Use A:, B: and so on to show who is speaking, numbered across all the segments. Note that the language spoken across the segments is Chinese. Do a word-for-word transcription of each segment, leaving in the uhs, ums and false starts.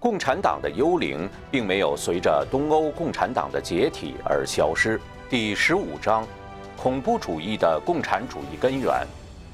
A: 共产党的幽灵并没有随着东欧共产党的解体而消失。第十五章：恐怖主义的共产主义根源。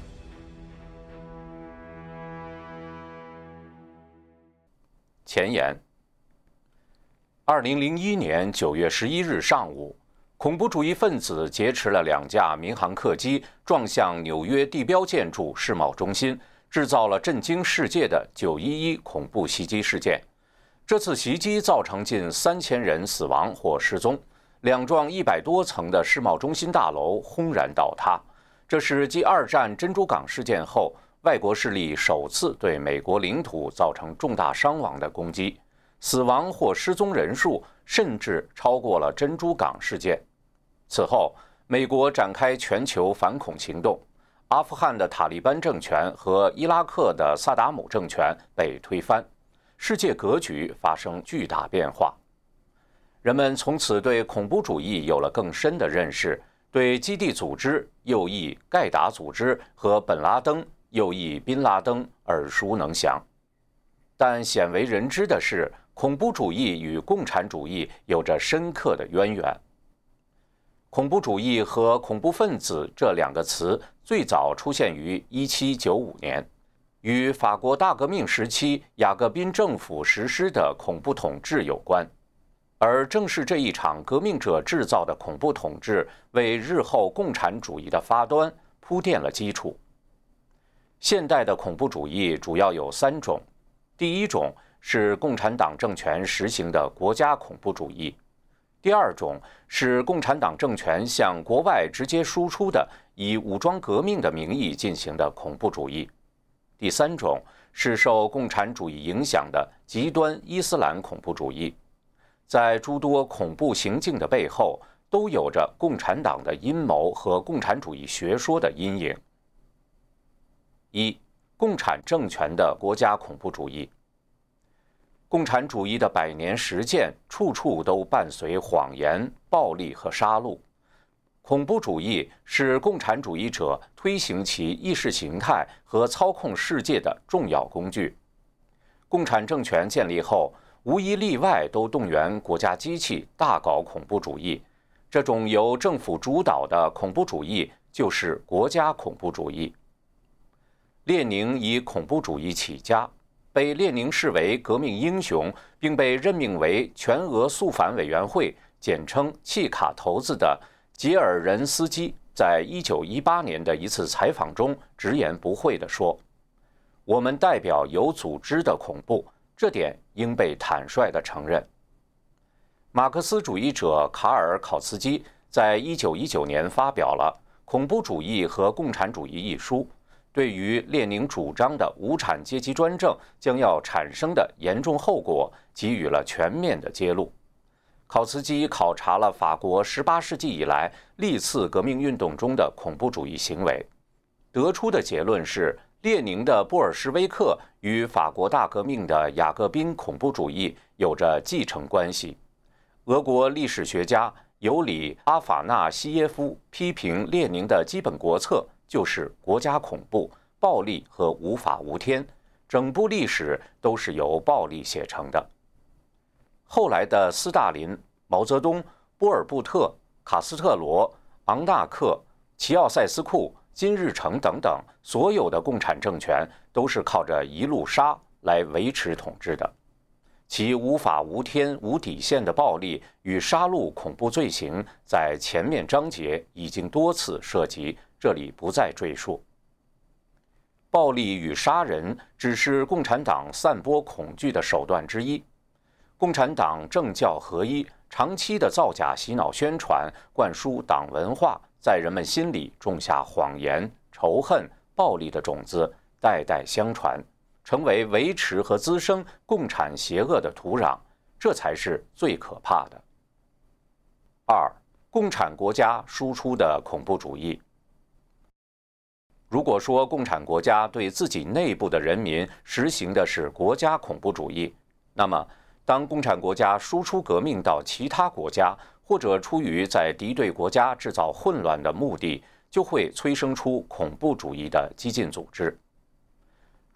A: 前言：二零零一年九月十一日上午，恐怖主义分子劫持了两架民航客机，撞向纽约地标建筑世贸中心，制造了震惊世界的九一一恐怖袭击事件。这次袭击造成近三千人死亡或失踪，两幢一百多层的世贸中心大楼轰然倒塌。这是继二战珍珠港事件后，外国势力首次对美国领土造成重大伤亡的攻击，死亡或失踪人数甚至超过了珍珠港事件。此后，美国展开全球反恐行动，阿富汗的塔利班政权和伊拉克的萨达姆政权被推翻，世界格局发生巨大变化。人们从此对恐怖主义有了更深的认识，对基地组织又译盖达组织和本拉登又译宾拉登耳熟能详。但鲜为人知的是，恐怖主义与共产主义有着深刻的渊源。恐怖主义和恐怖分子这两个词最早出现于一七九五年，与法国大革命时期雅各宾政府实施的恐怖统治有关。而正是这一场革命者制造的恐怖统治，为日后共产主义的发端铺垫了基础。现代的恐怖主义主要有三种，第一种是共产党政权实行的国家恐怖主义，第二种是共产党政权向国外直接输出的以武装革命的名义进行的恐怖主义，第三种是受共产主义影响的极端伊斯兰恐怖主义。在诸多恐怖行径的背后，都有着共产党的阴谋和共产主义学说的阴影。一、共产政权的国家恐怖主义。共产主义的百年实践，处处都伴随谎言、暴力和杀戮。恐怖主义是共产主义者推行其意识形态和操控世界的重要工具。共产政权建立后，无一例外都动员国家机器大搞恐怖主义。这种由政府主导的恐怖主义就是国家恐怖主义。列宁以恐怖主义起家，被列宁视为革命英雄，并被任命为全俄肃反委员会简称契卡头子的吉尔任斯基，在一九一八年的一次采访中直言不讳地说：“我们代表有组织的恐怖，这点应被坦率地承认。”马克思主义者卡尔考茨基在一九一九年发表了《恐怖主义和共产主义》一书，对于列宁主张的无产阶级专政将要产生的严重后果给予了全面的揭露。考茨基考察了法国十八世纪以来历次革命运动中的恐怖主义行为，得出的结论是，列宁的布尔什维克与法国大革命的雅各宾恐怖主义有着继承关系。俄国历史学家尤里·阿法纳西耶夫批评列宁的基本国策就是国家恐怖、暴力和无法无天，整部历史都是由暴力写成的。后来的斯大林、毛泽东、波尔布特、卡斯特罗、昂纳克、齐奥塞斯库、金日成等等，所有的共产政权都是靠着一路杀来维持统治的。其无法无天、无底线的暴力与杀戮恐怖罪行，在前面章节已经多次涉及，这里不再赘述。暴力与杀人只是共产党散播恐惧的手段之一。共产党政教合一，长期的造假洗脑宣传，灌输党文化，在人们心里种下谎言、仇恨、暴力的种子，代代相传，成为维持和滋生共产邪恶的土壤，这才是最可怕的。二、共产国家输出的恐怖主义。如果说共产国家对自己内部的人民实行的是国家恐怖主义，那么当共产国家输出革命到其他国家，或者出于在敌对国家制造混乱的目的，就会催生出恐怖主义的激进组织。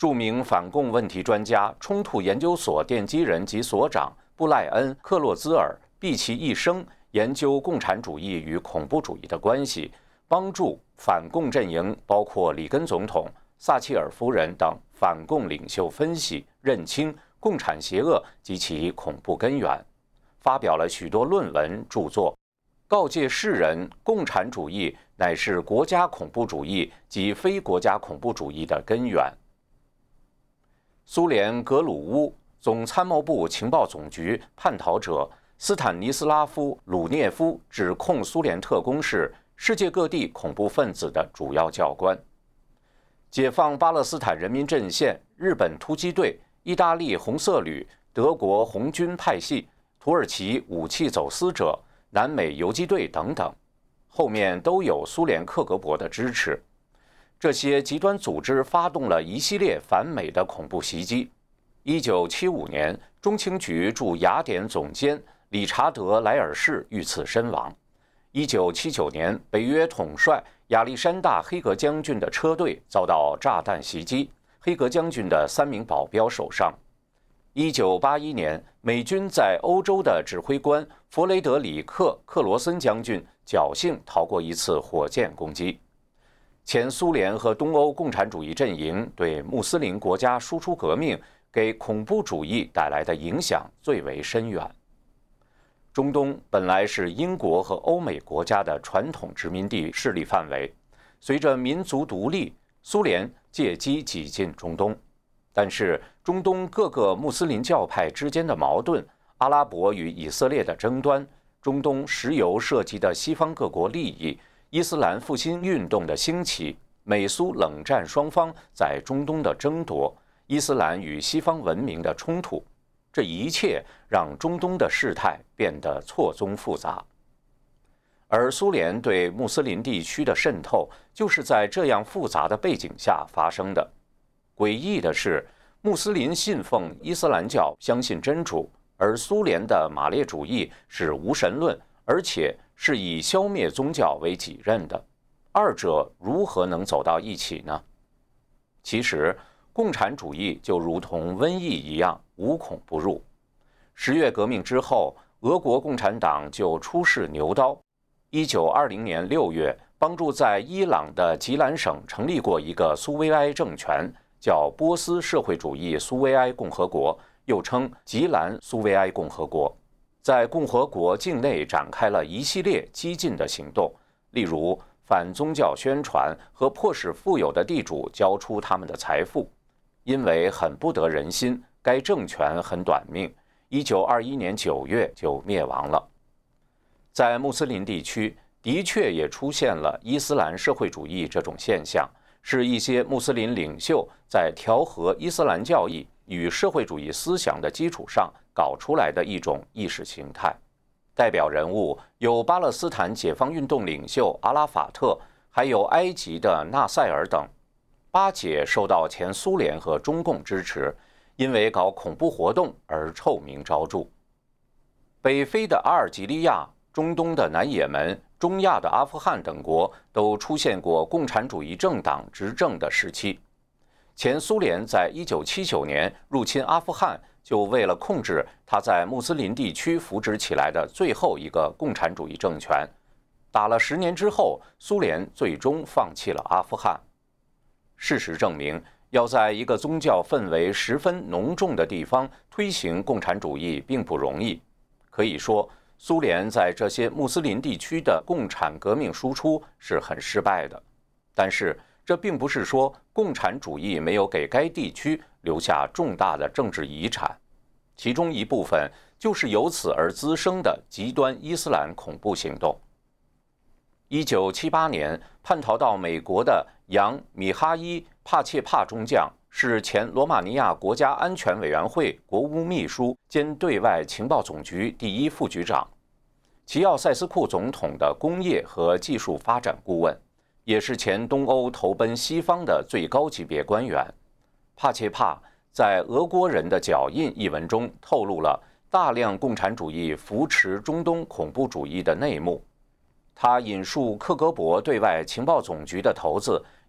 A: 著名反共问题专家、冲突研究所奠基人及所长布赖恩·克洛兹尔毕其一生研究共产主义与恐怖主义的关系，帮助反共阵营，包括里根总统、撒切尔夫人等反共领袖分析、认清共产邪恶及其恐怖根源，发表了许多论文著作，告诫世人共产主义乃是国家恐怖主义及非国家恐怖主义的根源。苏联格鲁乌总参谋部情报总局叛逃者斯坦尼斯拉夫·鲁涅夫指控苏联特工是世界各地恐怖分子的主要教官。解放巴勒斯坦人民阵线、日本突击队、意大利红色旅、德国红军派系、土耳其武器走私者、南美游击队等等，后面都有苏联克格勃的支持。这些极端组织发动了一系列反美的恐怖袭击。一九七五年，中情局驻雅典总监理查德·莱尔士遇刺身亡。一九七九年，北约统帅亚历山大·黑格将军的车队遭到炸弹袭击，黑格将军的三名保镖受伤。一九八一年，美军在欧洲的指挥官弗雷德里克·克罗森将军侥幸逃过一次火箭攻击。前苏联和东欧共产主义阵营对穆斯林国家输出革命，给恐怖主义带来的影响最为深远。中东本来是英国和欧美国家的传统殖民地势力范围，随着民族独立，苏联借机挤进中东。但是，中东各个穆斯林教派之间的矛盾、阿拉伯与以色列的争端、中东石油涉及的西方各国利益、伊斯兰复兴运动的兴起、美苏冷战双方在中东的争夺、伊斯兰与西方文明的冲突，这一切让中东的事态变得错综复杂。而苏联对穆斯林地区的渗透，就是在这样复杂的背景下发生的。诡异的是，穆斯林信奉伊斯兰教，相信真主，而苏联的马列主义是无神论，而且是以消灭宗教为己任的。二者如何能走到一起呢？其实，共产主义就如同瘟疫一样，无孔不入。十月革命之后，俄国共产党就出示牛刀。一九二零年六月，帮助在伊朗的吉兰省成立过一个苏维埃政权，叫波斯社会主义苏维埃共和国，又称吉兰苏维埃共和国。在共和国境内展开了一系列激进的行动，例如反宗教宣传和迫使富有的地主交出他们的财富。因为很不得人心，该政权很短命，一九二一年九月就灭亡了。在穆斯林地区，的确也出现了伊斯兰社会主义这种现象，是一些穆斯林领袖在调和伊斯兰教义与社会主义思想的基础上搞出来的一种意识形态。代表人物有巴勒斯坦解放运动领袖阿拉法特，还有埃及的纳赛尔等。巴解受到前苏联和中共支持，因为搞恐怖活动而臭名昭著。北非的阿尔及利亚、中东的南也门、中亚的阿富汗等国都出现过共产主义政党执政的时期。前苏联在一九七九年入侵阿富汗，就为了控制他在穆斯林地区扶植起来的最后一个共产主义政权。打了十年之后，苏联最终放弃了阿富汗。事实证明，要在一个宗教氛围十分浓重的地方推行共产主义并不容易。可以说，苏联在这些穆斯林地区的共产革命输出是很失败的。但是，这并不是说共产主义没有给该地区留下重大的政治遗产，其中一部分就是由此而滋生的极端伊斯兰恐怖行动。一九七八年，叛逃到美国的扬·米哈伊·帕切帕中将是前罗马尼亚国家安全委员会国务秘书兼对外情报总局第一副局长，齐奥塞斯库总统的工业和技术发展顾问，也是前东欧投奔西方的最高级别官员。帕切帕在《俄国人的脚印》一文中透露了大量共产主义扶持中东恐怖主义的内幕。他引述克格勃对外情报总局的头子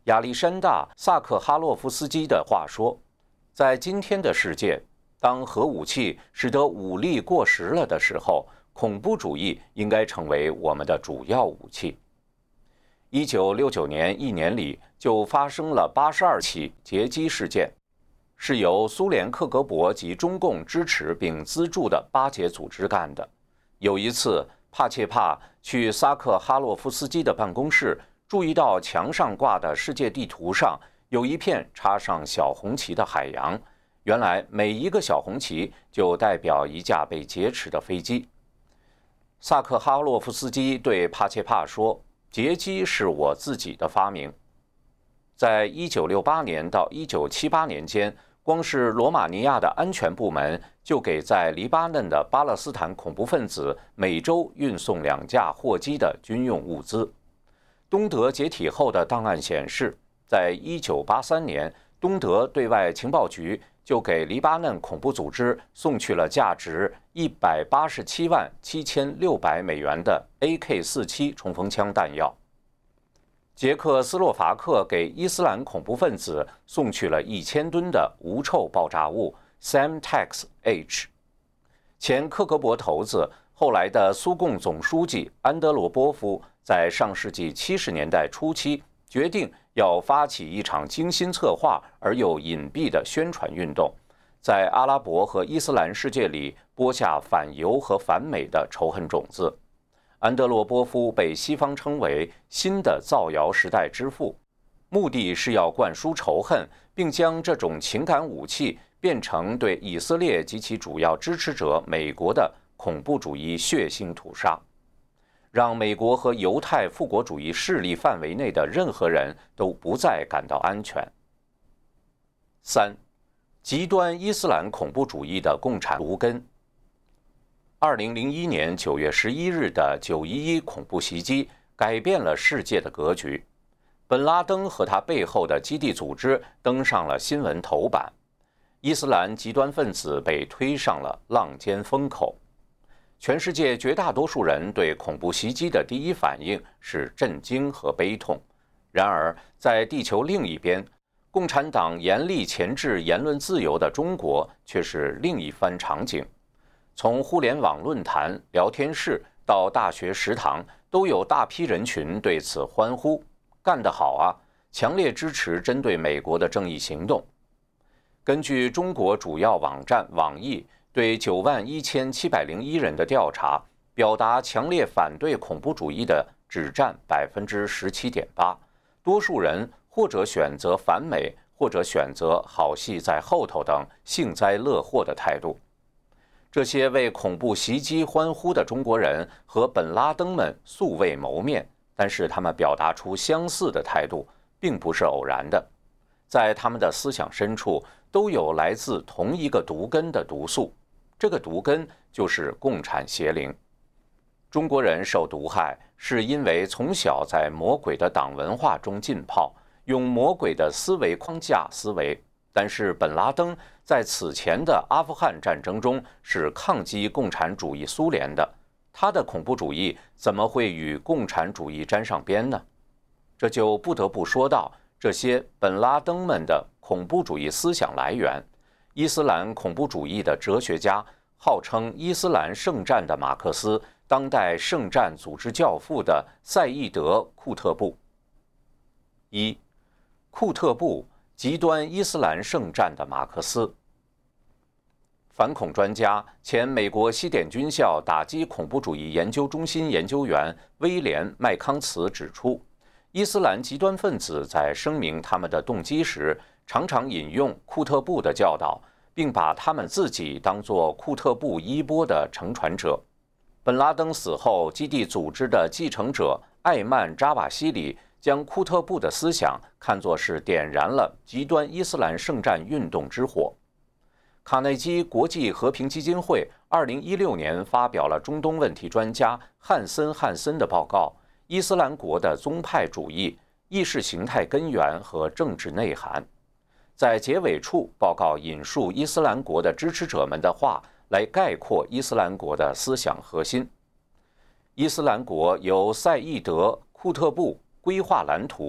A: 亚历山大·萨克哈洛夫斯基的话说：“在今天的世界，当核武器使得武力过时了的时候，恐怖主义应该成为我们的主要武器。”一九六九年一年里就发生了八十二起劫机事件，是由苏联克格勃及中共支持并资助的巴结组织干的。有一次，帕切帕去萨克哈洛夫斯基的办公室，注意到墙上挂的世界地图上有一片插上小红旗的海洋，原来每一个小红旗就代表一架被劫持的飞机。萨克哈洛夫斯基对帕切帕说：“劫机是我自己的发明。”在一九六八年到一九七八年间，光是罗马尼亚的安全部门就给在黎巴嫩的巴勒斯坦恐怖分子每周运送两架货机的军用物资。东德解体后的档案显示，在一九八三年，东德对外情报局就给黎巴嫩恐怖组织送去了价值一百八十七万七千六百美元的 A K 四十七 冲锋枪弹药。捷克斯洛伐克给伊斯兰恐怖分子送去了一千吨的无臭爆炸物 Semtex H。前克格勃头子、后来的苏共总书记安德罗波夫在上世纪七十年代初期决定要发起一场精心策划而又隐蔽的宣传运动，在阿拉伯和伊斯兰世界里播下反犹和反美的仇恨种子。安德罗波夫被西方称为新的造谣时代之父，目的是要灌输仇恨，并将这种情感武器变成对以色列及其主要支持者美国的恐怖主义血腥屠杀，让美国和犹太复国主义势力范围内的任何人都不再感到安全。三、极端伊斯兰恐怖主义的共产毒根。二零零一年九月十一日的九一一恐怖袭击改变了世界的格局，本拉登和他背后的基地组织登上了新闻头版，伊斯兰极端分子被推上了浪尖风口。全世界绝大多数人对恐怖袭击的第一反应是震惊和悲痛，然而在地球另一边，共产党严厉钳制言论自由的中国却是另一番场景。从互联网论坛、聊天室到大学食堂，都有大批人群对此欢呼，干得好啊！强烈支持针对美国的正义行动。根据中国主要网站网易对九万一千七百零一人的调查，表达强烈反对恐怖主义的只占百分之十七点八，多数人或者选择反美，或者选择好戏在后头等幸灾乐祸的态度。这些为恐怖袭击欢呼的中国人和本拉登们素未谋面，但是他们表达出相似的态度，并不是偶然的。在他们的思想深处，都有来自同一个毒根的毒素，这个毒根就是共产邪灵。中国人受毒害，是因为从小在魔鬼的党文化中浸泡，用魔鬼的思维框架思维。但是本拉登在此前的阿富汗战争中是抗击共产主义苏联的，他的恐怖主义怎么会与共产主义沾上边呢？这就不得不说到这些本拉登们的恐怖主义思想来源。伊斯兰恐怖主义的哲学家，号称伊斯兰圣战的马克思，当代圣战组织教父的赛义德·库特布。一、库特布，极端伊斯兰圣战的马克思。反恐专家、前美国西点军校打击恐怖主义研究中心研究员威廉·麦康茨指出，伊斯兰极端分子在声明他们的动机时，常常引用库特布的教导，并把他们自己当作库特布衣钵的承传者。本拉登死后，基地组织的继承者艾曼·扎瓦西里将库特布的思想看作是点燃了极端伊斯兰圣战运动之火。卡内基国际和平基金会二零一六年发表了中东问题专家汉森·汉森的报告《伊斯兰国的宗派主义、意识形态根源和政治内涵》。在结尾处，报告引述伊斯兰国的支持者们的话来概括伊斯兰国的思想核心。伊斯兰国由赛义德·库特布规划蓝图，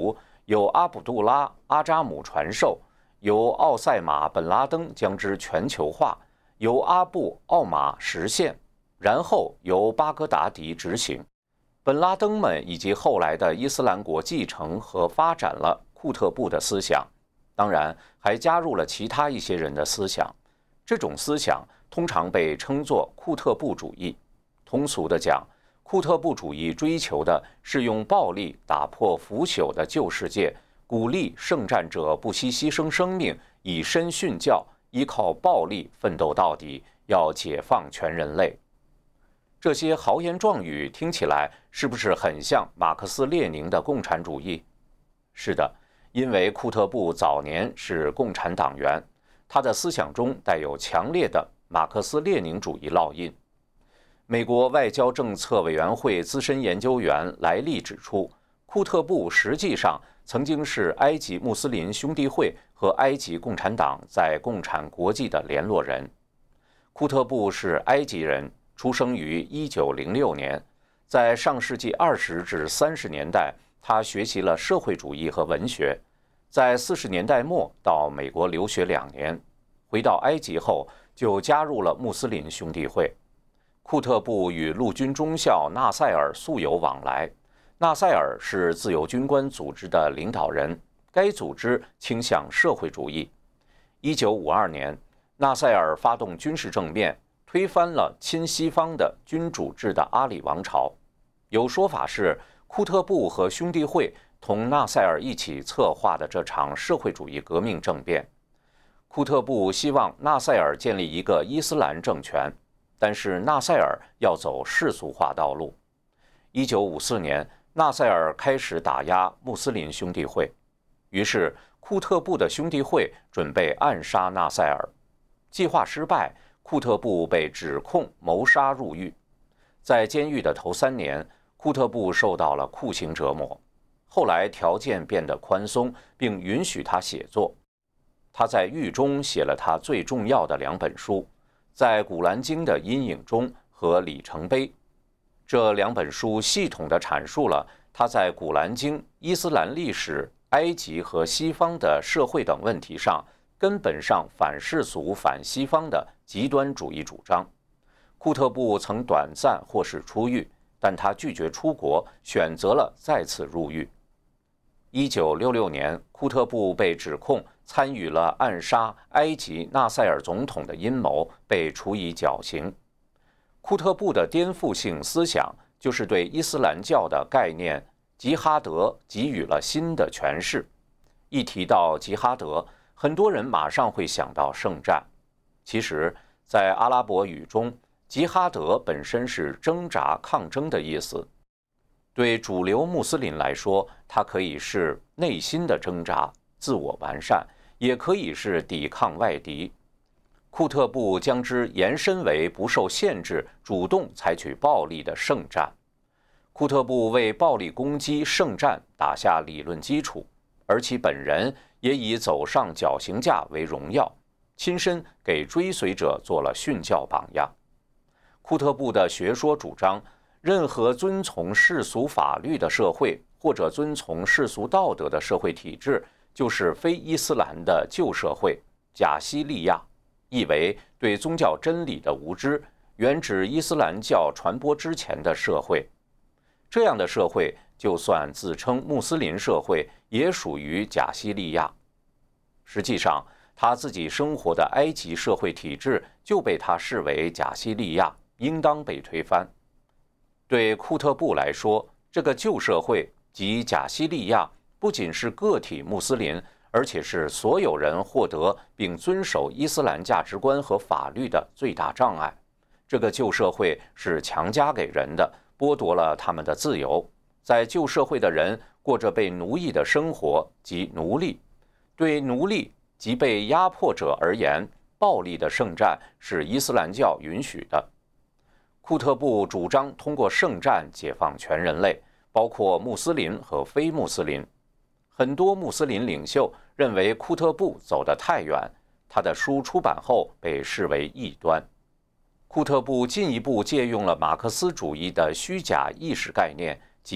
A: 由阿卜杜拉·阿扎姆传授，由奥赛马·本拉登将之全球化，由阿布·奥马实现，然后由巴格达迪执行。本拉登们以及后来的伊斯兰国继承和发展了库特布的思想，当然还加入了其他一些人的思想。这种思想通常被称作库特布主义。通俗地讲，库特布主义追求的是用暴力打破腐朽的旧世界，鼓励圣战者不惜牺牲生命，以身殉教，依靠暴力奋斗到底，要解放全人类。这些豪言壮语听起来是不是很像马克思列宁的共产主义？是的，因为库特布早年是共产党员，他的思想中带有强烈的马克思列宁主义烙印。美国外交政策委员会资深研究员莱利指出，库特布实际上曾经是埃及穆斯林兄弟会和埃及共产党在共产国际的联络人。库特布是埃及人，出生于一九零六年，在上世纪二十至三十年代，他学习了社会主义和文学，在四十年代末到美国留学两年，回到埃及后就加入了穆斯林兄弟会。库特布与陆军中校纳赛尔素有往来。纳赛尔是自由军官组织的领导人，该组织倾向社会主义。一九五二年，纳赛尔发动军事政变，推翻了亲西方的君主制的阿里王朝。有说法是，库特布和兄弟会同纳赛尔一起策划的这场社会主义革命政变。库特布希望纳赛尔建立一个伊斯兰政权，但是纳赛尔要走世俗化道路。一九五四年，纳赛尔开始打压穆斯林兄弟会，于是库特布的兄弟会准备暗杀纳赛尔。计划失败，库特布被指控谋杀入狱。在监狱的头三年，库特布受到了酷刑折磨。后来条件变得宽松，并允许他写作。他在狱中写了他最重要的两本书，在《古兰经的阴影中》和《里程碑》。这两本书系统地阐述了他在《古兰经》、伊斯兰历史、埃及和西方的社会等问题上根本上反世俗、反西方的极端主义主张。库特布曾短暂或是出狱，但他拒绝出国，选择了再次入狱。一九六六年，库特布被指控参与了暗杀埃及纳赛尔总统的阴谋，被处以绞刑。库特布的颠覆性思想就是对伊斯兰教的概念吉哈德给予了新的诠释。一提到吉哈德，很多人马上会想到圣战。其实，在阿拉伯语中，吉哈德本身是挣扎、抗争的意思。对主流穆斯林来说，它可以是内心的挣扎、自我完善，也可以是抵抗外敌。库特布将之延伸为不受限制、主动采取暴力的圣战。库特布为暴力攻击圣战打下理论基础，而其本人也以走上绞刑架为荣耀，亲身给追随者做了训教榜样。库特布的学说主张，任何遵从世俗法律的社会，或者遵从世俗道德的社会体制，就是非伊斯兰的旧社会，贾西利亚，意为对宗教真理的无知，原指伊斯兰教传播之前的社会。这样的社会，就算自称穆斯林社会，也属于贾西利亚。实际上，他自己生活的埃及社会体制就被他视为贾西利亚，应当被推翻。对库特布来说，这个旧社会即贾西利亚不仅是个体穆斯林，而且是所有人获得并遵守伊斯兰价值观和法律的最大障碍。这个旧社会是强加给人的，剥夺了他们的自由。在旧社会的人过着被奴役的生活，即奴隶。对奴隶及被压迫者而言，暴力的圣战是伊斯兰教允许的。库特布主张通过圣战解放全人类，包括穆斯林和非穆斯林。很多穆斯林领袖认为库特布走得太远，他的书出版后被视为异端。库特布进一步借用了马克思主义的虚假意识概念，即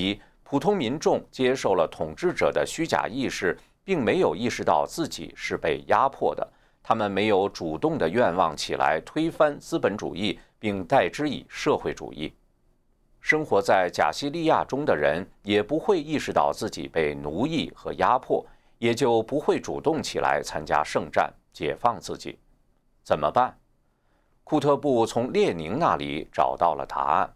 A: 普通民众接受了统治者的虚假意识，并没有意识到自己是被压迫的。他们没有主动的愿望起来推翻资本主义，并代之以社会主义。生活在贾西利亚中的人也不会意识到自己被奴役和压迫，也就不会主动起来参加圣战，解放自己。怎么办？库特布从列宁那里找到了答案。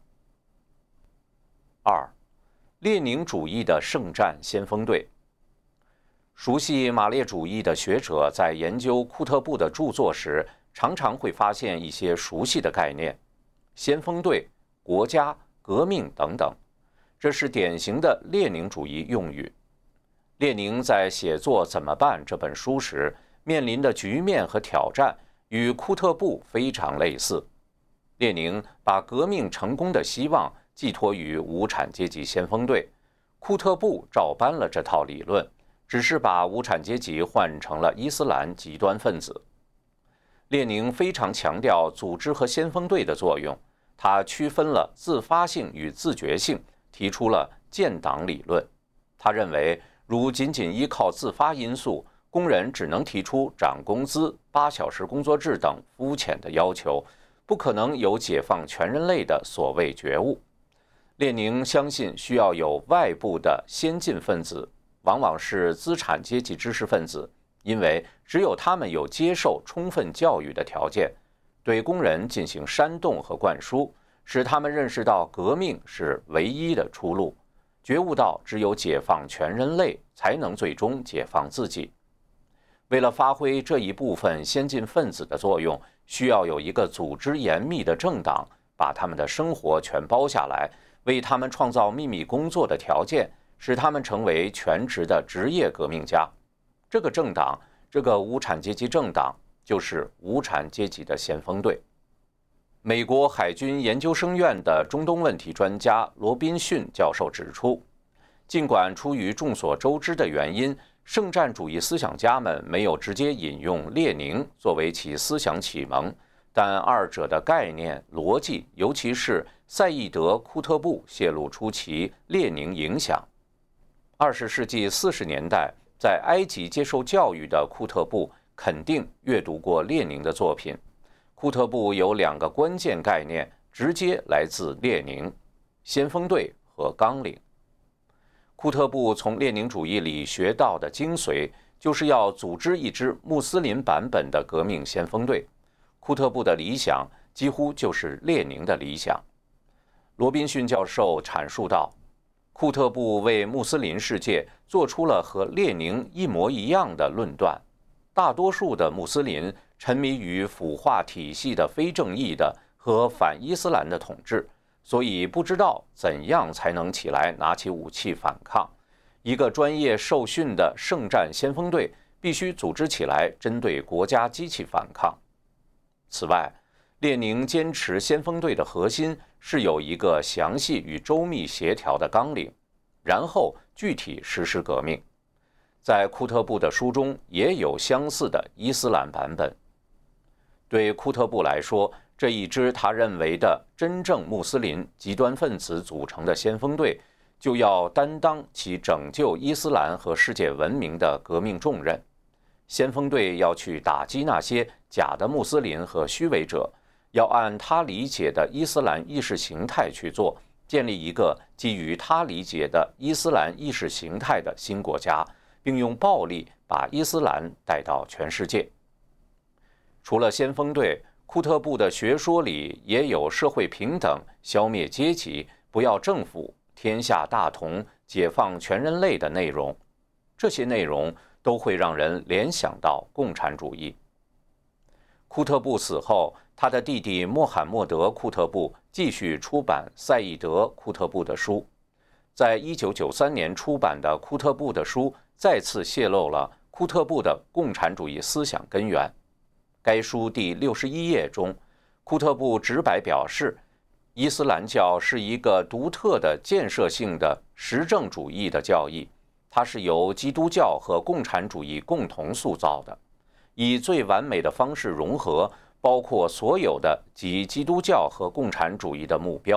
A: 二，列宁主义的圣战先锋队。熟悉马列主义的学者在研究库特布的著作时，常常会发现一些熟悉的概念：先锋队、国家、革命等等，这是典型的列宁主义用语。列宁在写作《怎么办》这本书时，面临的局面和挑战与库特布非常类似。列宁把革命成功的希望寄托于无产阶级先锋队，库特布照搬了这套理论，只是把无产阶级换成了伊斯兰极端分子。列宁非常强调组织和先锋队的作用，他区分了自发性与自觉性，提出了建党理论。他认为，如仅仅依靠自发因素，工人只能提出涨工资、八小时工作制等肤浅的要求，不可能有解放全人类的所谓觉悟。列宁相信需要有外部的先进分子，往往是资产阶级知识分子，因为只有他们有接受充分教育的条件，对工人进行煽动和灌输，使他们认识到革命是唯一的出路，觉悟到只有解放全人类，才能最终解放自己。为了发挥这一部分先进分子的作用，需要有一个组织严密的政党，把他们的生活全包下来，为他们创造秘密工作的条件，使他们成为全职的职业革命家。这个政党，这个无产阶级政党，就是无产阶级的先锋队。美国海军研究生院的中东问题专家罗宾逊教授指出，尽管出于众所周知的原因，圣战主义思想家们没有直接引用列宁作为其思想启蒙，但二者的概念、逻辑，尤其是赛义德·库特布泄露出其列宁影响。二十世纪四十年代，在埃及接受教育的库特布肯定阅读过列宁的作品。库特布有两个关键概念，直接来自列宁：先锋队和纲领。库特布从列宁主义里学到的精髓，就是要组织一支穆斯林版本的革命先锋队。库特布的理想几乎就是列宁的理想。罗宾逊教授阐述道，库特布为穆斯林世界做出了和列宁一模一样的论断。大多数的穆斯林沉迷于腐化体系的非正义的和反伊斯兰的统治，所以不知道怎样才能起来拿起武器反抗。一个专业受训的圣战先锋队必须组织起来，针对国家机器反抗。此外，列宁坚持先锋队的核心是有一个详细与周密协调的纲领，然后具体实施革命。在库特布的书中也有相似的伊斯兰版本。对库特布来说，这一支他认为的真正穆斯林极端分子组成的先锋队，就要担当其拯救伊斯兰和世界文明的革命重任。先锋队要去打击那些假的穆斯林和虚伪者，要按他理解的伊斯兰意识形态去做，建立一个基于他理解的伊斯兰意识形态的新国家，并用暴力把伊斯兰带到全世界。除了先锋队，库特布的学说里也有社会平等、消灭阶级、不要政府、天下大同、解放全人类的内容。这些内容都会让人联想到共产主义。库特布死后，他的弟弟穆罕默德·库特布继续出版赛义德·库特布的书。在一九九三年出版的库特布的书再次泄露了库特布的共产主义思想根源。该书第六十一页中，库特布直白表示，伊斯兰教是一个独特的建设性的实证主义的教义，它是由基督教和共产主义共同塑造的，以最完美的方式融合，包括所有的及基督教和共产主义的目标，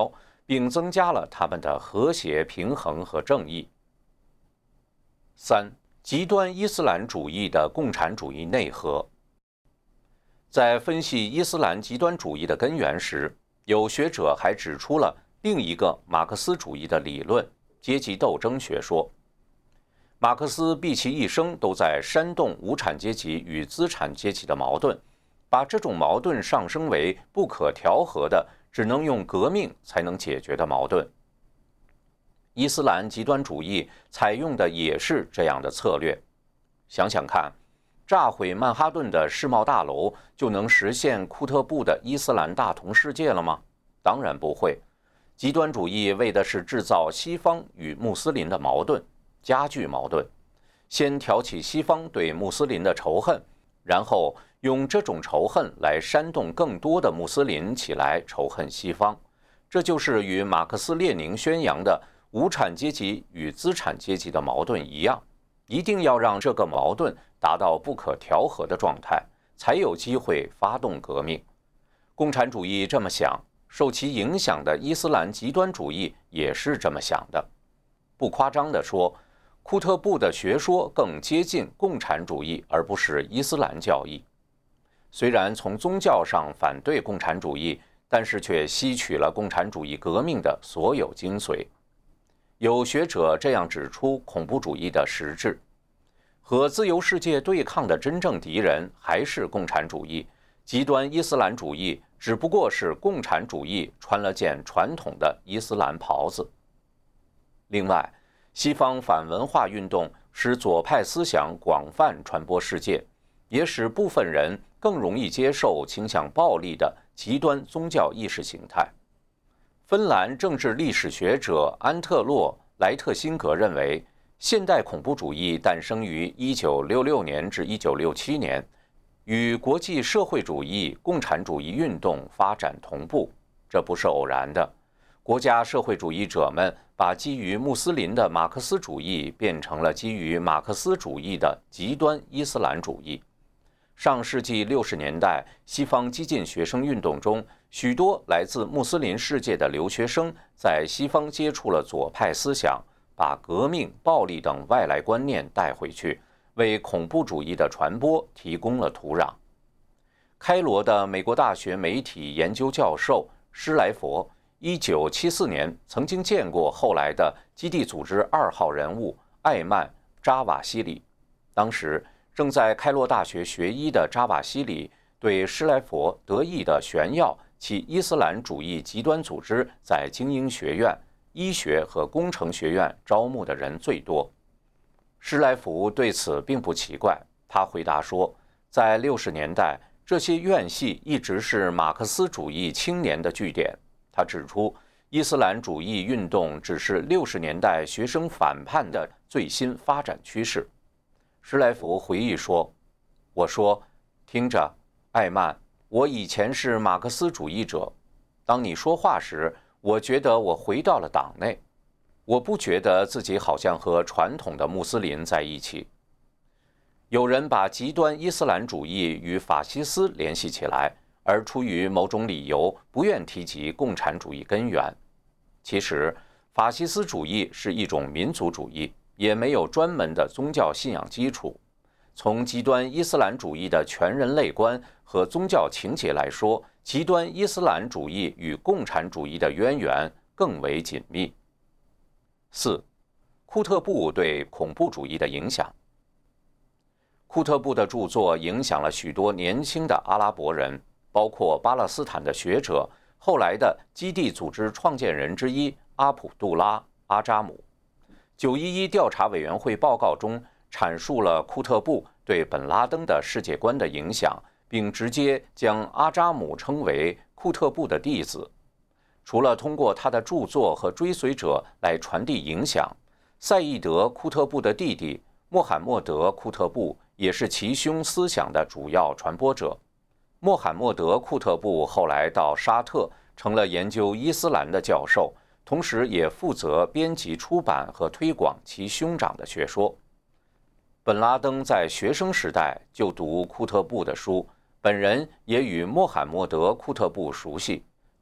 A: 并增加了他们的和谐、平衡和正义。三、极端伊斯兰主义的共产主义内核。在分析伊斯兰极端主义的根源时，有学者还指出了另一个马克思主义的理论——阶级斗争学说。马克思毕其一生都在煽动无产阶级与资产阶级的矛盾，把这种矛盾上升为不可调和的、只能用革命才能解决的矛盾。伊斯兰极端主义采用的也是这样的策略。想想看，炸毁曼哈顿的世贸大楼就能实现库特布的伊斯兰大同世界了吗？当然不会。极端主义为的是制造西方与穆斯林的矛盾，加剧矛盾，先挑起西方对穆斯林的仇恨，然后用这种仇恨来煽动更多的穆斯林起来仇恨西方。这就是与马克思列宁宣扬的无产阶级与资产阶级的矛盾一样，一定要让这个矛盾达到不可调和的状态，才有机会发动革命。共产主义这么想，受其影响的伊斯兰极端主义也是这么想的。不夸张地说，库特布的学说更接近共产主义，而不是伊斯兰教义。虽然从宗教上反对共产主义，但是却吸取了共产主义革命的所有精髓。有学者这样指出恐怖主义的实质：和自由世界对抗的真正敌人还是共产主义，极端伊斯兰主义只不过是共产主义穿了件传统的伊斯兰袍子。另外，西方反文化运动使左派思想广泛传播世界，也使部分人更容易接受倾向暴力的极端宗教意识形态。芬兰政治历史学者安特洛·莱特辛格认为，现代恐怖主义诞生于一九六六年至一九六七年，与国际社会主义、共产主义运动发展同步，这不是偶然的。国家社会主义者们把基于穆斯林的马克思主义变成了基于马克思主义的极端伊斯兰主义。上世纪六十年代，西方激进学生运动中，许多来自穆斯林世界的留学生在西方接触了左派思想，把革命、暴力等外来观念带回去，为恐怖主义的传播提供了土壤。开罗的美国大学媒体研究教授施莱佛一九七四年曾经见过后来的基地组织二号人物艾曼·扎瓦西里。当时正在开罗大学学医的扎瓦西里对施莱佛得意地炫耀其伊斯兰主义极端组织在精英学院、医学和工程学院招募的人最多。施莱佛对此并不奇怪，他回答说，在六十年代，这些院系一直是马克思主义青年的据点。他指出，伊斯兰主义运动只是六十年代学生反叛的最新发展趋势。施莱佛回忆说：“我说，听着，艾曼，我以前是马克思主义者。当你说话时，我觉得我回到了党内。我不觉得自己好像和传统的穆斯林在一起。”有人把极端伊斯兰主义与法西斯联系起来，而出于某种理由不愿提及共产主义根源。其实，法西斯主义是一种民族主义，也没有专门的宗教信仰基础。从极端伊斯兰主义的全人类观和宗教情节来说，极端伊斯兰主义与共产主义的渊源更为紧密。四、库特布对恐怖主义的影响。库特布的著作影响了许多年轻的阿拉伯人，包括巴勒斯坦的学者，后来的基地组织创建人之一阿卜杜拉·阿扎姆。九一一调查委员会报告中阐述了库特布对本拉登的世界观的影响，并直接将阿扎姆称为库特布的弟子。除了通过他的著作和追随者来传递影响，赛义德·库特布的弟弟穆罕默德·库特布也是其兄思想的主要传播者。穆罕默德·库特布后来到沙特，成了研究伊斯兰的教授，同时也负责编辑、出版和推广其兄长的学说。本拉登在学生时代就读库特布的书，本人也与穆罕默德·库特布熟悉，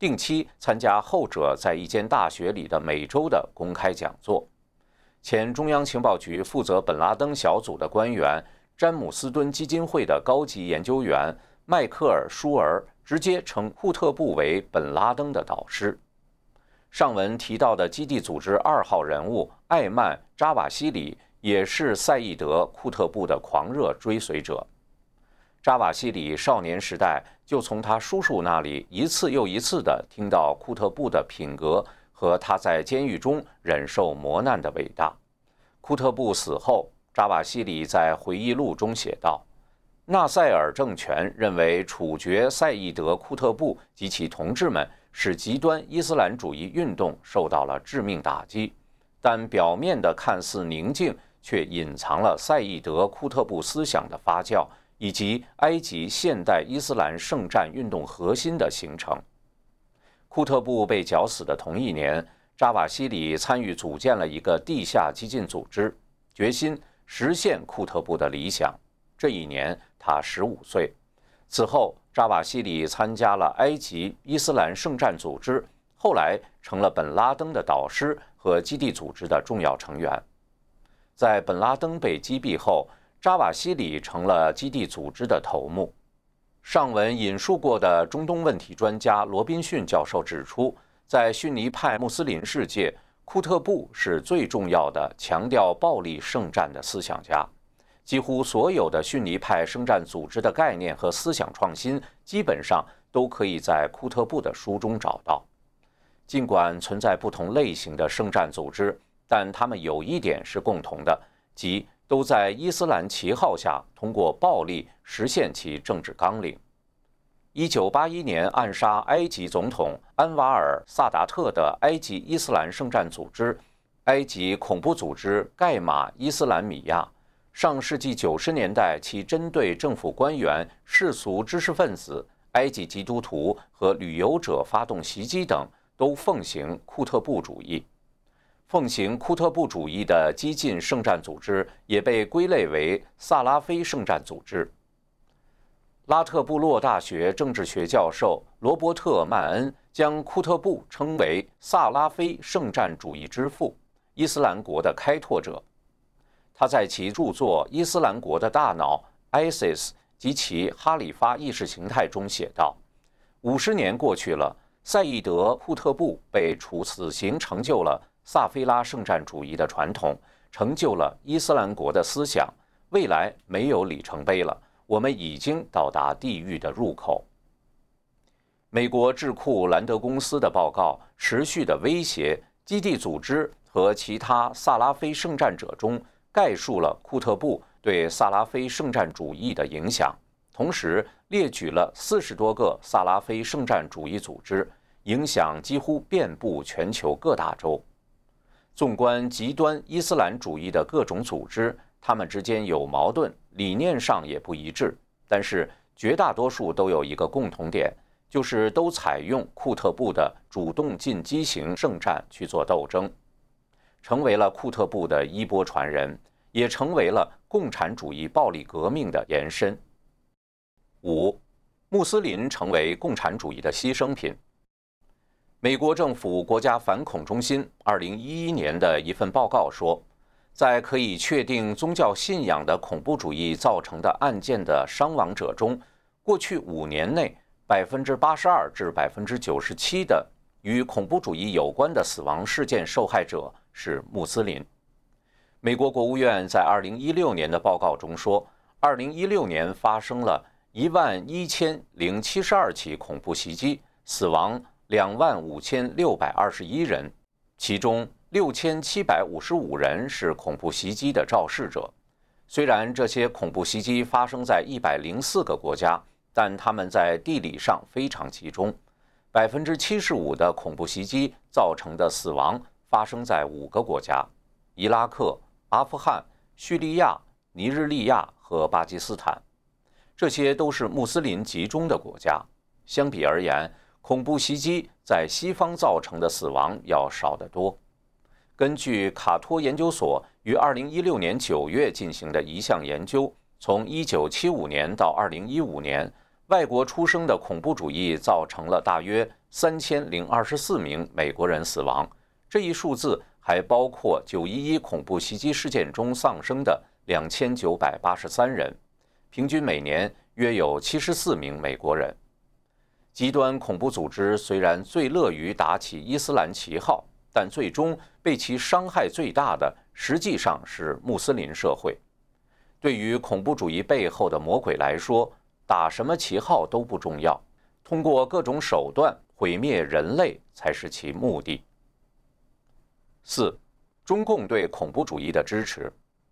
A: 定期参加后者在一间大学里的每周的公开讲座。前中央情报局负责本拉登小组的官员詹姆斯敦基金会的高级研究员迈克尔·舒尔直接称库特布为本拉登的导师。上文提到的基地组织二号人物艾曼·扎瓦西里也是赛义德·库特布的狂热追随者。扎瓦西里少年时代就从他叔叔那里一次又一次地听到库特布的品格和他在监狱中忍受磨难的伟大。库特布死后，扎瓦西里在回忆录中写道：纳赛尔政权认为处决赛义德·库特布及其同志们使极端伊斯兰主义运动受到了致命打击，但表面的看似宁静，却隐藏了赛义德·库特布思想的发酵以及埃及现代伊斯兰圣战运动核心的形成。库特布被绞死的同一年，扎瓦西里参与组建了一个地下激进组织，决心实现库特布的理想。这一年他十五岁。此后，扎瓦西里参加了埃及伊斯兰圣战组织，后来成了本拉登的导师和基地组织的重要成员。在本拉登被击毙后，扎瓦西里成了基地组织的头目。上文引述过的中东问题专家罗宾逊教授指出，在逊尼派穆斯林世界，库特布是最重要的强调暴力圣战的思想家。几乎所有的逊尼派圣战组织的概念和思想创新，基本上都可以在库特布的书中找到。尽管存在不同类型的圣战组织，但他们有一点是共同的，即都在伊斯兰旗号下通过暴力实现其政治纲领。一九八一年暗杀埃及总统安瓦尔·萨达特的埃及伊斯兰圣战组织、埃及恐怖组织盖玛伊斯兰米亚，上世纪九十年代其针对政府官员、世俗知识分子、埃及基督徒和旅游者发动袭击等，都奉行库特布主义。奉行库特布主义的激进圣战组织也被归类为萨拉菲圣战组织。拉特部落大学政治学教授罗伯特·曼恩将库特布称为萨拉菲圣战主义之父，伊斯兰国的开拓者。他在其著作《伊斯兰国的大脑 ISIS 及其哈里发意识形态》中写道：五十年过去了，赛义德·库特布被处死刑，成就了萨菲拉圣战主义的传统，成就了伊斯兰国的思想。未来没有里程碑了，我们已经到达地狱的入口。美国智库兰德公司的报告持续地威胁基地组织和其他萨拉菲圣战者中，概述了库特布对萨拉菲圣战主义的影响，同时列举了四十多个萨拉菲圣战主义组织，影响几乎遍布全球各大洲。纵观极端伊斯兰主义的各种组织，他们之间有矛盾，理念上也不一致，但是绝大多数都有一个共同点，就是都采用库特布的主动进击型圣战去做斗争，成为了库特布的衣钵传人，也成为了共产主义暴力革命的延伸。五、穆斯林成为共产主义的牺牲品。美国政府国家反恐中心二零一一年的一份报告说，在可以确定宗教信仰的恐怖主义造成的案件的伤亡者中，过去五年内百分之八十二至百分之九十七的与恐怖主义有关的死亡事件受害者是穆斯林。美国国务院在二零一六年的报告中说，二零一六年发生了一万一千零七十二起恐怖袭击，死亡两万五千六百二十一人，其中六千七百五十五人是恐怖袭击的肇事者。虽然这些恐怖袭击发生在一百零四个国家，但他们在地理上非常集中。百分之七十五的恐怖袭击造成的死亡发生在五个国家：伊拉克、阿富汗、叙利亚、尼日利亚和巴基斯坦。这些都是穆斯林集中的国家。相比而言，恐怖袭击在西方造成的死亡要少得多。根据卡托研究所于二零一六年九月进行的一项研究，从一九七五年到二零一五年， 外国出生的恐怖主义造成了大约三千零二十四名美国人死亡，这一数字还包括九一一恐怖袭击事件中丧生的两千九百八十三人，平均每年约有七十四名美国人。极端恐怖组织虽然最乐于打起伊斯兰旗号，但最终被其伤害最大的实际上是穆斯林社会。对于恐怖主义背后的魔鬼来说，打什么旗号都不重要，通过各种手段毁灭人类才是其目的。四、中共对恐怖主义的支持。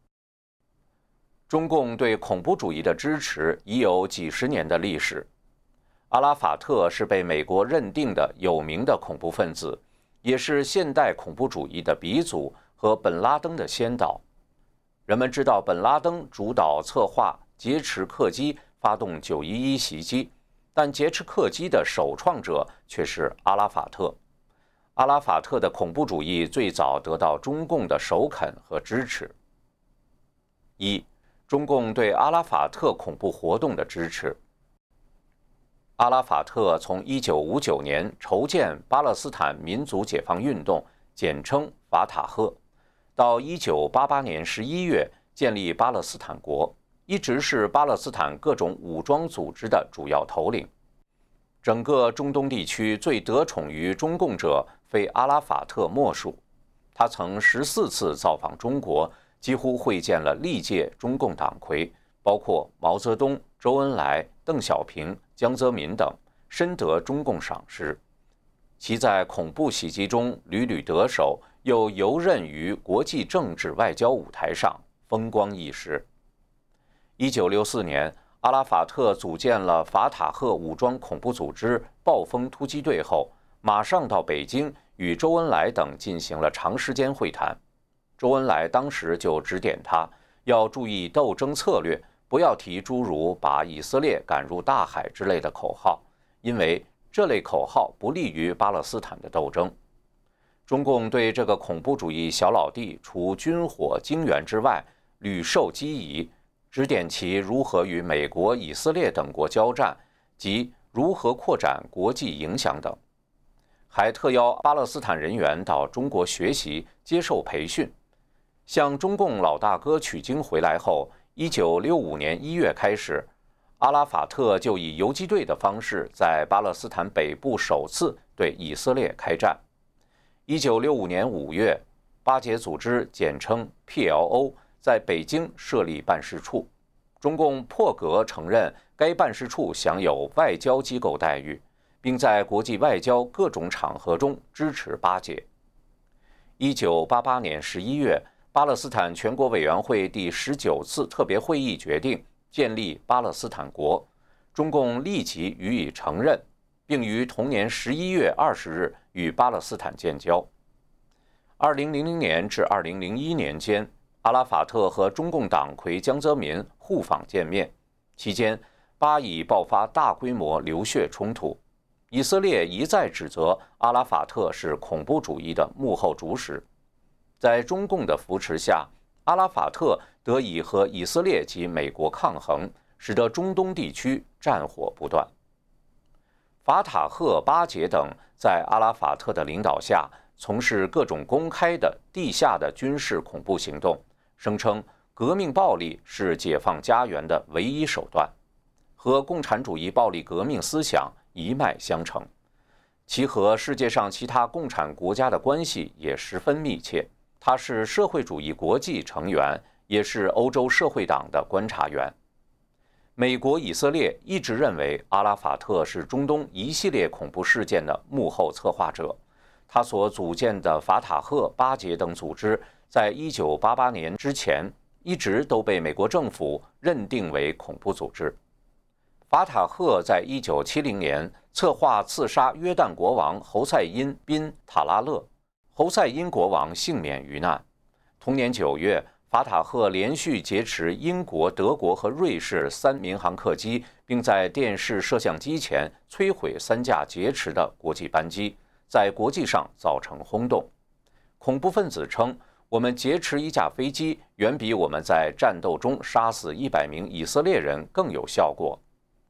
A: 中共对恐怖主义的支持已有几十年的历史。阿拉法特是被美国认定的有名的恐怖分子，也是现代恐怖主义的鼻祖和本拉登的先导。人们知道本拉登主导策划劫持客机发动九一一袭击，但劫持客机的首创者却是阿拉法特。阿拉法特的恐怖主义最早得到中共的首肯和支持。一、中共对阿拉法特恐怖活动的支持。阿拉法特从一九五九年筹建巴勒斯坦民族解放运动，简称法塔赫，到一九八八年十一月建立巴勒斯坦国，一直是巴勒斯坦各种武装组织的主要头领。整个中东地区最得宠于中共者非阿拉法特莫属。他曾十四次造访中国，几乎会见了历届中共党魁，包括毛泽东、周恩来、邓小平、江泽民等，深得中共赏识。其在恐怖袭击中屡屡得手，又游刃于国际政治外交舞台上，风光一时。一九六四年，阿拉法特组建了法塔赫武装恐怖组织暴风突击队后，马上到北京与周恩来等进行了长时间会谈。周恩来当时就指点他要注意斗争策略，不要提诸如把以色列赶入大海之类的口号，因为这类口号不利于巴勒斯坦的斗争。中共对这个恐怖主义小老弟除军火经援之外，屡受机宜，指点其如何与美国、以色列等国交战，及如何扩展国际影响等，还特邀巴勒斯坦人员到中国学习、接受培训。向中共老大哥取经回来后，一九六五年一月开始，阿拉法特就以游击队的方式在巴勒斯坦北部首次对以色列开战。一九六五年五月，巴解组织简称 P L O 在北京设立办事处，中共破格承认该办事处享有外交机构待遇，并在国际外交各种场合中支持巴解。一九八八年十一月，巴勒斯坦全国委员会第十九次特别会议决定建立巴勒斯坦国，中共立即予以承认，并于同年十一月二十日与巴勒斯坦建交。二零零零年至二零零一年间，阿拉法特和中共党魁江泽民互访见面，期间巴以爆发大规模流血冲突，以色列一再指责阿拉法特是恐怖主义的幕后主使。在中共的扶持下，阿拉法特得以和以色列及美国抗衡，使得中东地区战火不断。法塔赫、巴解等在阿拉法特的领导下，从事各种公开的地下的军事恐怖行动，声称革命暴力是解放家园的唯一手段，和共产主义暴力革命思想一脉相承，其和世界上其他共产国家的关系也十分密切。他是社会主义国际成员，也是欧洲社会党的观察员。美国、以色列一直认为阿拉法特是中东一系列恐怖事件的幕后策划者。他所组建的法塔赫、巴解等组织，在一九八八年之前一直都被美国政府认定为恐怖组织。法塔赫在一九七零年策划刺杀约旦国王侯赛因·宾·塔拉勒，侯赛因国王幸免于难。同年九月，法塔赫连续劫持英国、德国和瑞士三民航客机，并在电视摄像机前摧毁三架劫持的国际班机，在国际上造成轰动。恐怖分子称，我们劫持一架飞机，远比我们在战斗中杀死一百名以色列人更有效果。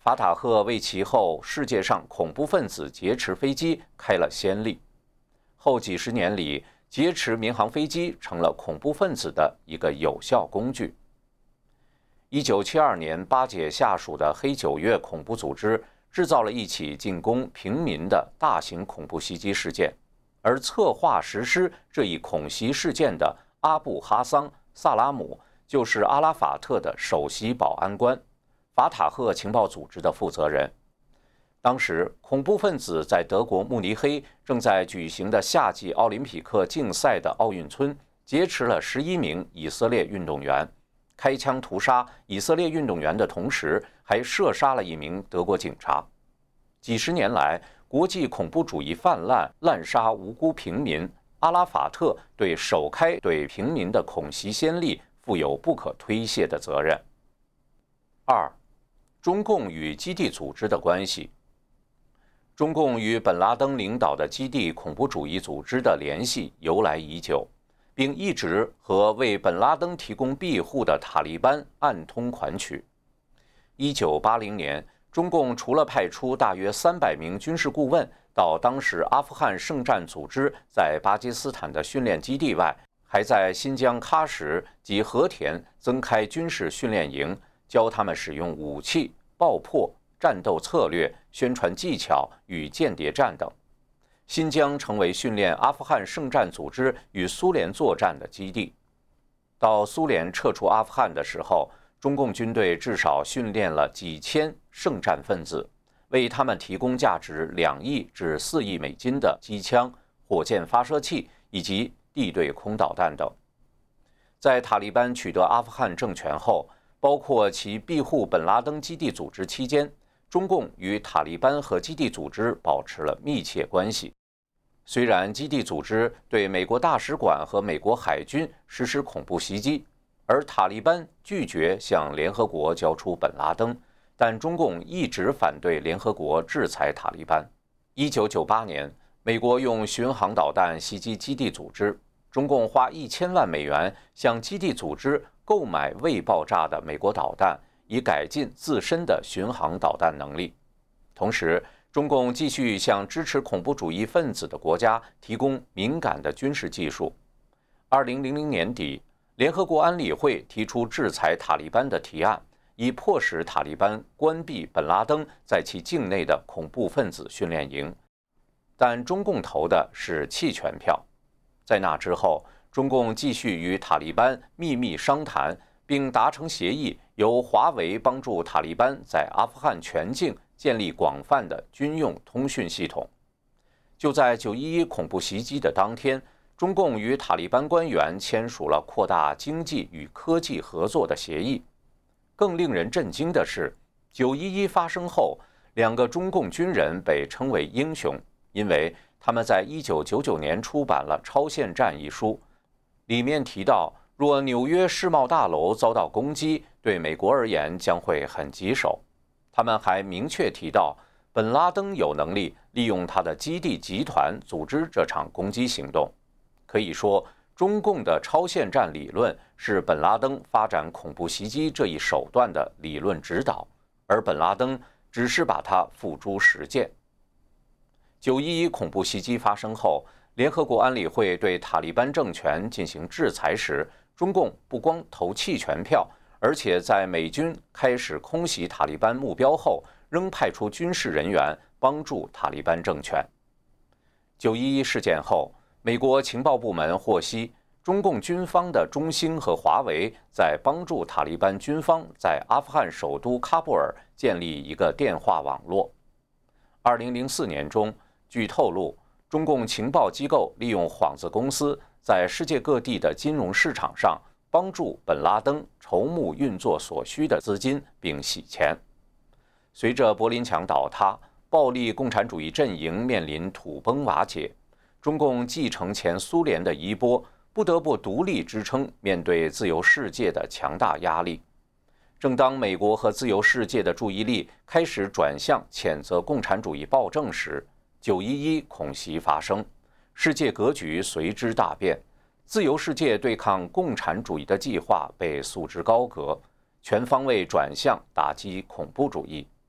A: 法塔赫为其后世界上恐怖分子劫持飞机开了先例。后几十年里，劫持民航飞机成了恐怖分子的一个有效工具。一九七二年，巴解下属的黑九月恐怖组织制造了一起进攻平民的大型恐怖袭击事件，而策划实施这一恐袭事件的阿布哈桑·萨拉姆就是阿拉法特的首席保安官，法塔赫情报组织的负责人。当时，恐怖分子在德国慕尼黑正在举行的夏季奥林匹克竞赛的奥运村劫持了十一名以色列运动员，开枪屠杀以色列运动员的同时，还射杀了一名德国警察。几十年来，国际恐怖主义泛滥，滥杀无辜平民。阿拉法特对首开对平民的恐袭先例负有不可推卸的责任。二，中共与基地组织的关系。中共与本拉登领导的基地恐怖主义组织的联系由来已久，并一直和为本拉登提供庇护的塔利班暗通款曲。一九八零年，中共除了派出大约三百名军事顾问到当时阿富汗圣战组织在巴基斯坦的训练基地外，还在新疆喀什及和田增开军事训练营，教他们使用武器、爆破、战斗策略、宣传技巧与间谍战等。新疆成为训练阿富汗圣战组织与苏联作战的基地。到苏联撤出阿富汗的时候，中共军队至少训练了几千圣战分子，为他们提供价值两亿至四亿美金的机枪、火箭发射器以及地对空导弹等。在塔利班取得阿富汗政权后，包括其庇护本拉登基地组织期间，中共与塔利班和基地组织保持了密切关系。虽然基地组织对美国大使馆和美国海军实施恐怖袭击，而塔利班拒绝向联合国交出本拉登，但中共一直反对联合国制裁塔利班。一九九八年，美国用巡航导弹袭击基地组织，中共花一千万美元向基地组织购买未爆炸的美国导弹，以改进自身的巡航导弹能力。同时，中共继续向支持恐怖主义分子的国家提供敏感的军事技术。二零零零年底，联合国安理会提出制裁塔利班的提案，以迫使塔利班关闭本拉登在其境内的恐怖分子训练营。但中共投的是弃权票。在那之后，中共继续与塔利班秘密商谈，并达成协议，由华为帮助塔利班在阿富汗全境建立广泛的军用通讯系统。就在九一一恐怖袭击的当天，中共与塔利班官员签署了扩大经济与科技合作的协议。更令人震惊的是，九一一发生后，两个中共军人被称为英雄，因为他们在一九九九年出版了《超限战》一书，里面提到，若纽约世贸大楼遭到攻击，对美国而言将会很棘手。他们还明确提到，本拉登有能力利用他的基地集团组织这场攻击行动。可以说，中共的超限战理论是本拉登发展恐怖袭击这一手段的理论指导，而本拉登只是把它付诸实践。九一一恐怖袭击发生后，联合国安理会对塔利班政权进行制裁时，中共不光投弃权票，而且在美军开始空袭塔利班目标后，仍派出军事人员帮助塔利班政权。九一一事件后，美国情报部门获悉，中共军方的中兴和华为在帮助塔利班军方在阿富汗首都喀布尔建立一个电话网络。二零零四年中，据透露，中共情报机构利用幌子公司在世界各地的金融市场上帮助本拉登筹募运作所需的资金并洗钱。随着柏林墙倒塌，暴力共产主义阵营面临土崩瓦解，中共继承前苏联的衣钵，不得不独立支撑面对自由世界的强大压力。正当美国和自由世界的注意力开始转向谴责共产主义暴政时，九一一恐袭发生，世界格局随之大变，自由世界对抗共产主义的计划被束之高阁，全方位转向打击恐怖主义。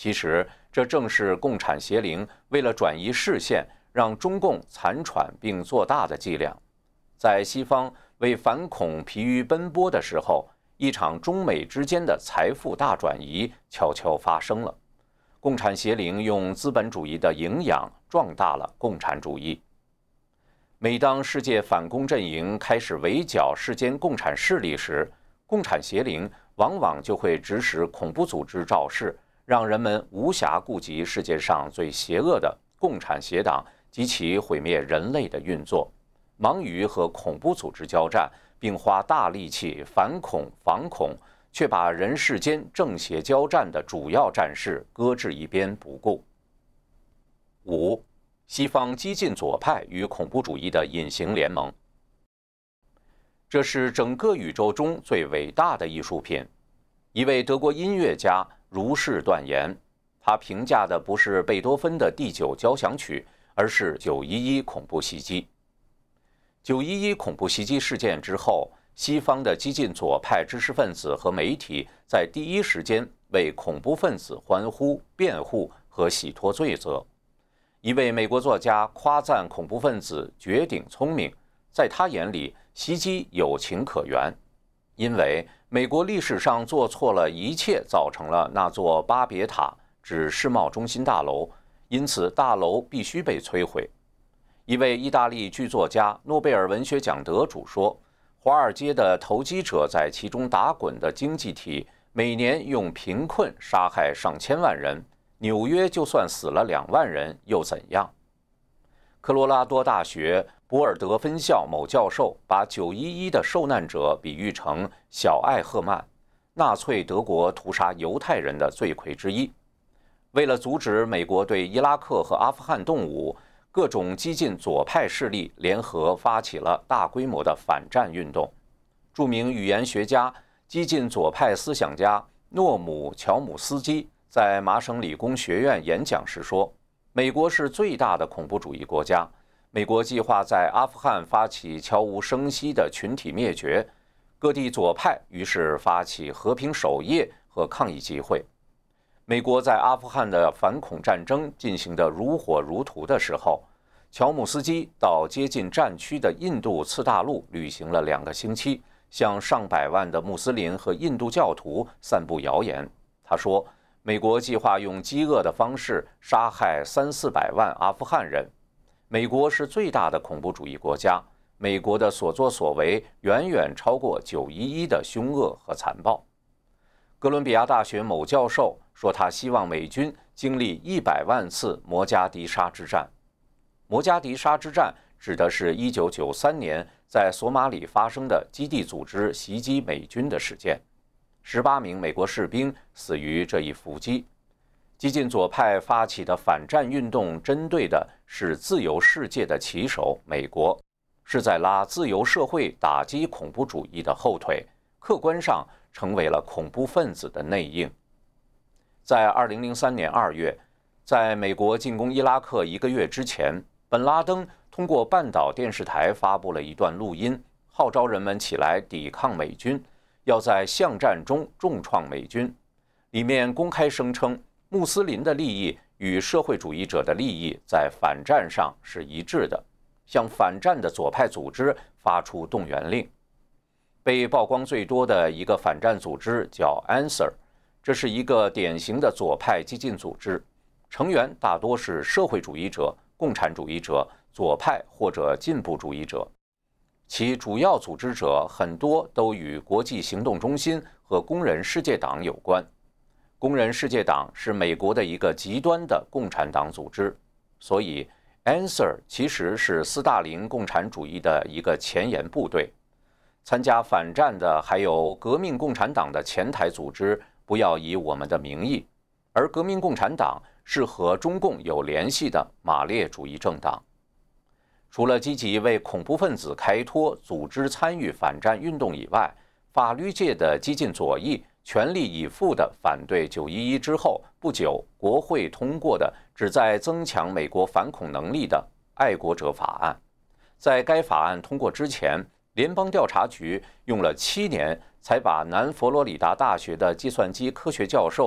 A: 其实，这正是共产邪灵为了转移视线，让中共残喘并做大的伎俩。在西方为反恐疲于奔波的时候，一场中美之间的财富大转移悄悄发生了。共产邪灵用资本主义的营养壮大了共产主义。每当世界反共阵营开始围剿世间共产势力时，共产邪灵往往就会指使恐怖组织造势，让人们无暇顾及世界上最邪恶的共产邪党及其毁灭人类的运作，忙于和恐怖组织交战，并花大力气反恐防恐，却把人世间正邪交战的主要战事搁置一边不顾。五、西方激进左派与恐怖主义的隐形联盟。这是整个宇宙中最伟大的艺术品。一位德国音乐家如是断言，他评价的不是贝多芬的第九交响曲，而是九一一恐怖袭击。九一一恐怖袭击事件之后，西方的激进左派知识分子和媒体在第一时间为恐怖分子欢呼、辩护和洗脱罪责。一位美国作家夸赞恐怖分子绝顶聪明，在他眼里，袭击有情可原，因为美国历史上做错了一切，造成了那座巴别塔，指世贸中心大楼，因此大楼必须被摧毁。一位意大利剧作家、诺贝尔文学奖得主说，华尔街的投机者在其中打滚的经济体，每年用贫困杀害上千万人，纽约就算死了两万人又怎样？科罗拉多大学博尔德分校某教授把九一一的受难者比喻成小艾赫曼，纳粹德国屠杀犹太人的罪魁之一。为了阻止美国对伊拉克和阿富汗动武，各种激进左派势力联合发起了大规模的反战运动。著名语言学家、激进左派思想家诺姆·乔姆斯基在麻省理工学院演讲时说，美国是最大的恐怖主义国家，美国计划在阿富汗发起悄无声息的群体灭绝，各地左派于是发起和平守夜和抗议集会。美国在阿富汗的反恐战争进行得如火如荼的时候，乔姆斯基到接近战区的印度次大陆旅行了两个星期，向上百万的穆斯林和印度教徒散布谣言。他说，美国计划用饥饿的方式杀害三四百万阿富汗人。美国是最大的恐怖主义国家，美国的所作所为远远超过九一一的凶恶和残暴。哥伦比亚大学某教授说，他希望美军经历一百万次摩加迪沙之战。摩加迪沙之战指的是一九九三年在索马里发生的基地组织袭击美军的事件。十八名美国士兵死于这一伏击。激进左派发起的反战运动针对的是自由世界的旗手美国，是在拉自由社会打击恐怖主义的后腿，客观上成为了恐怖分子的内应。在二零零三年二月，在美国进攻伊拉克一个月之前，本拉登通过半岛电视台发布了一段录音，号召人们起来抵抗美军，要在巷战中重创美军。里面公开声称，穆斯林的利益与社会主义者的利益在反战上是一致的，向反战的左派组织发出动员令。被曝光最多的一个反战组织叫 Answer， 这是一个典型的左派激进组织，成员大多是社会主义者、共产主义者、左派或者进步主义者。其主要组织者很多都与国际行动中心和工人世界党有关。工人世界党是美国的一个极端的共产党组织，所以 Answer 其实是斯大林共产主义的一个前沿部队。参加反战的还有革命共产党的前台组织不要以我们的名义，而革命共产党是和中共有联系的马列主义政党。除了积极为恐怖分子开脱、组织参与反战运动以外，法律界的激进左翼全力以赴地反对九一一之后不久国会通过的旨在增强美国反恐能力的爱国者法案。在该法案通过之前，联邦调查局用了七年才把南佛罗里达大学的计算机科学教授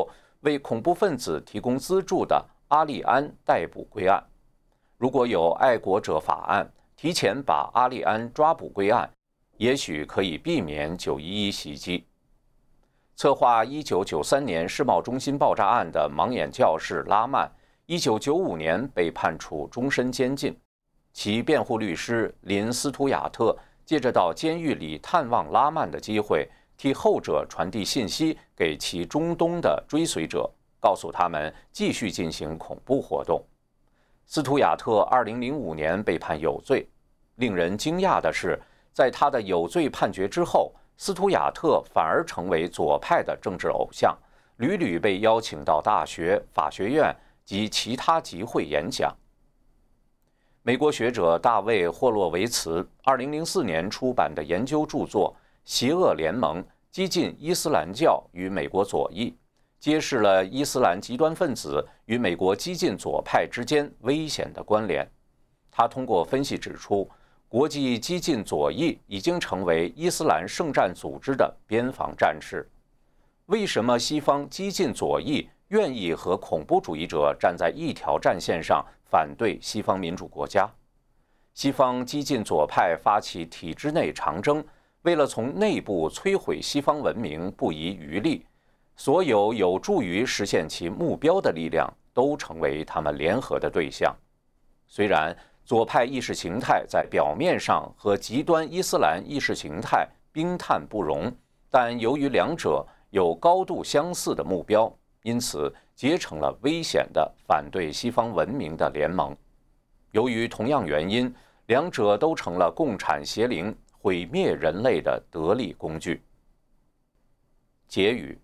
A: 为恐怖分子提供资助的阿利安逮捕归案。如果有爱国者法案提前把阿利安抓捕归案，也许可以避免九一一袭击。策划一九九三年世贸中心爆炸案的盲眼教士拉曼，一九九五年被判处终身监禁。其辩护律师林斯图亚特借着到监狱里探望拉曼的机会，替后者传递信息给其中东的追随者，告诉他们继续进行恐怖活动。斯图亚特二零零五年被判有罪。令人惊讶的是，在他的有罪判决之后，斯图亚特反而成为左派的政治偶像，屡屡被邀请到大学、法学院及其他集会演讲。美国学者大卫·霍洛维茨二零零四年出版的研究著作《邪恶联盟：激进伊斯兰教与美国左翼》，揭示了伊斯兰极端分子与美国激进左派之间危险的关联。他通过分析指出，国际激进左翼已经成为伊斯兰圣战组织的边防战士。为什么西方激进左翼愿意和恐怖主义者站在一条战线上，反对西方民主国家？西方激进左派发起体制内长征，为了从内部摧毁西方文明不遗余力，所有有助于实现其目标的力量都成为他们联合的对象。虽然左派意识形态在表面上和极端伊斯兰意识形态冰炭不容，但由于两者有高度相似的目标，因此结成了危险的反对西方文明的联盟。由于同样原因，两者都成了共产邪灵毁灭人类的得力工具。结语：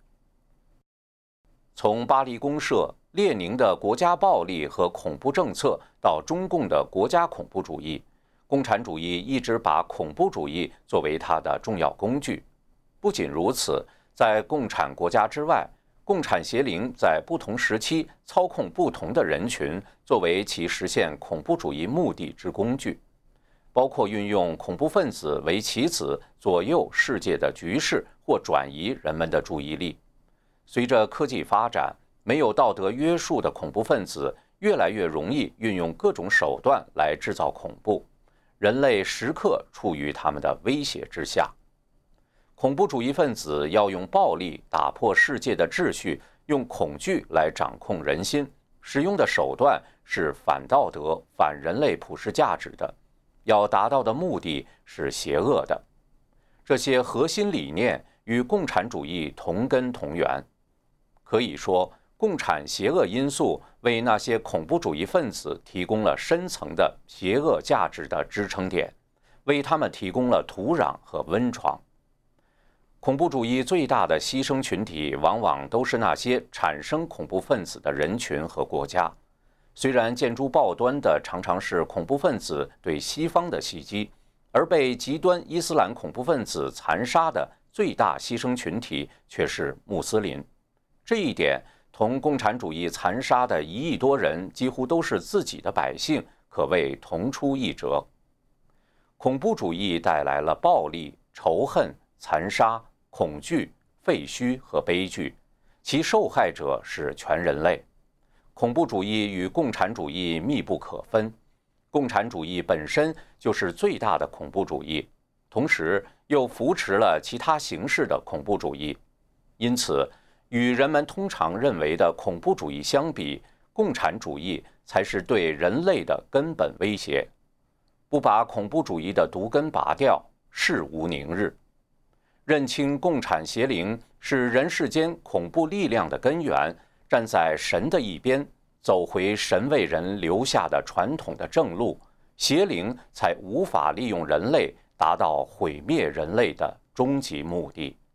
A: 从巴黎公社、列宁的国家暴力和恐怖政策到中共的国家恐怖主义，共产主义一直把恐怖主义作为它的重要工具。不仅如此，在共产国家之外，共产邪灵在不同时期操控不同的人群，作为其实现恐怖主义目的之工具，包括运用恐怖分子为棋子，左右世界的局势或转移人们的注意力。随着科技发展，没有道德约束的恐怖分子越来越容易运用各种手段来制造恐怖，人类时刻处于他们的威胁之下。恐怖主义分子要用暴力打破世界的秩序，用恐惧来掌控人心，使用的手段是反道德、反人类普世价值的，要达到的目的是邪恶的。这些核心理念与共产主义同根同源。可以说，共产邪恶因素为那些恐怖主义分子提供了深层的邪恶价值的支撑点，为他们提供了土壤和温床。恐怖主义最大的牺牲群体往往都是那些产生恐怖分子的人群和国家。虽然见诸报端的常常是恐怖分子对西方的袭击，而被极端伊斯兰恐怖分子残杀的最大牺牲群体却是穆斯林。这一点同共产主义残杀的一亿多人几乎都是自己的百姓可谓同出一辙。恐怖主义带来了暴力、仇恨、残杀、恐惧、废墟和悲剧，其受害者是全人类。恐怖主义与共产主义密不可分，共产主义本身就是最大的恐怖主义，同时又扶持了其他形式的恐怖主义。因此，与人们通常认为的恐怖主义相比，共产主义才是对人类的根本威胁。不把恐怖主义的毒根拔掉，世无宁日。认清共产邪灵是人世间恐怖力量的根源，站在神的一边，走回神为人留下的传统的正路，邪灵才无法利用人类达到毁灭人类的终极目的。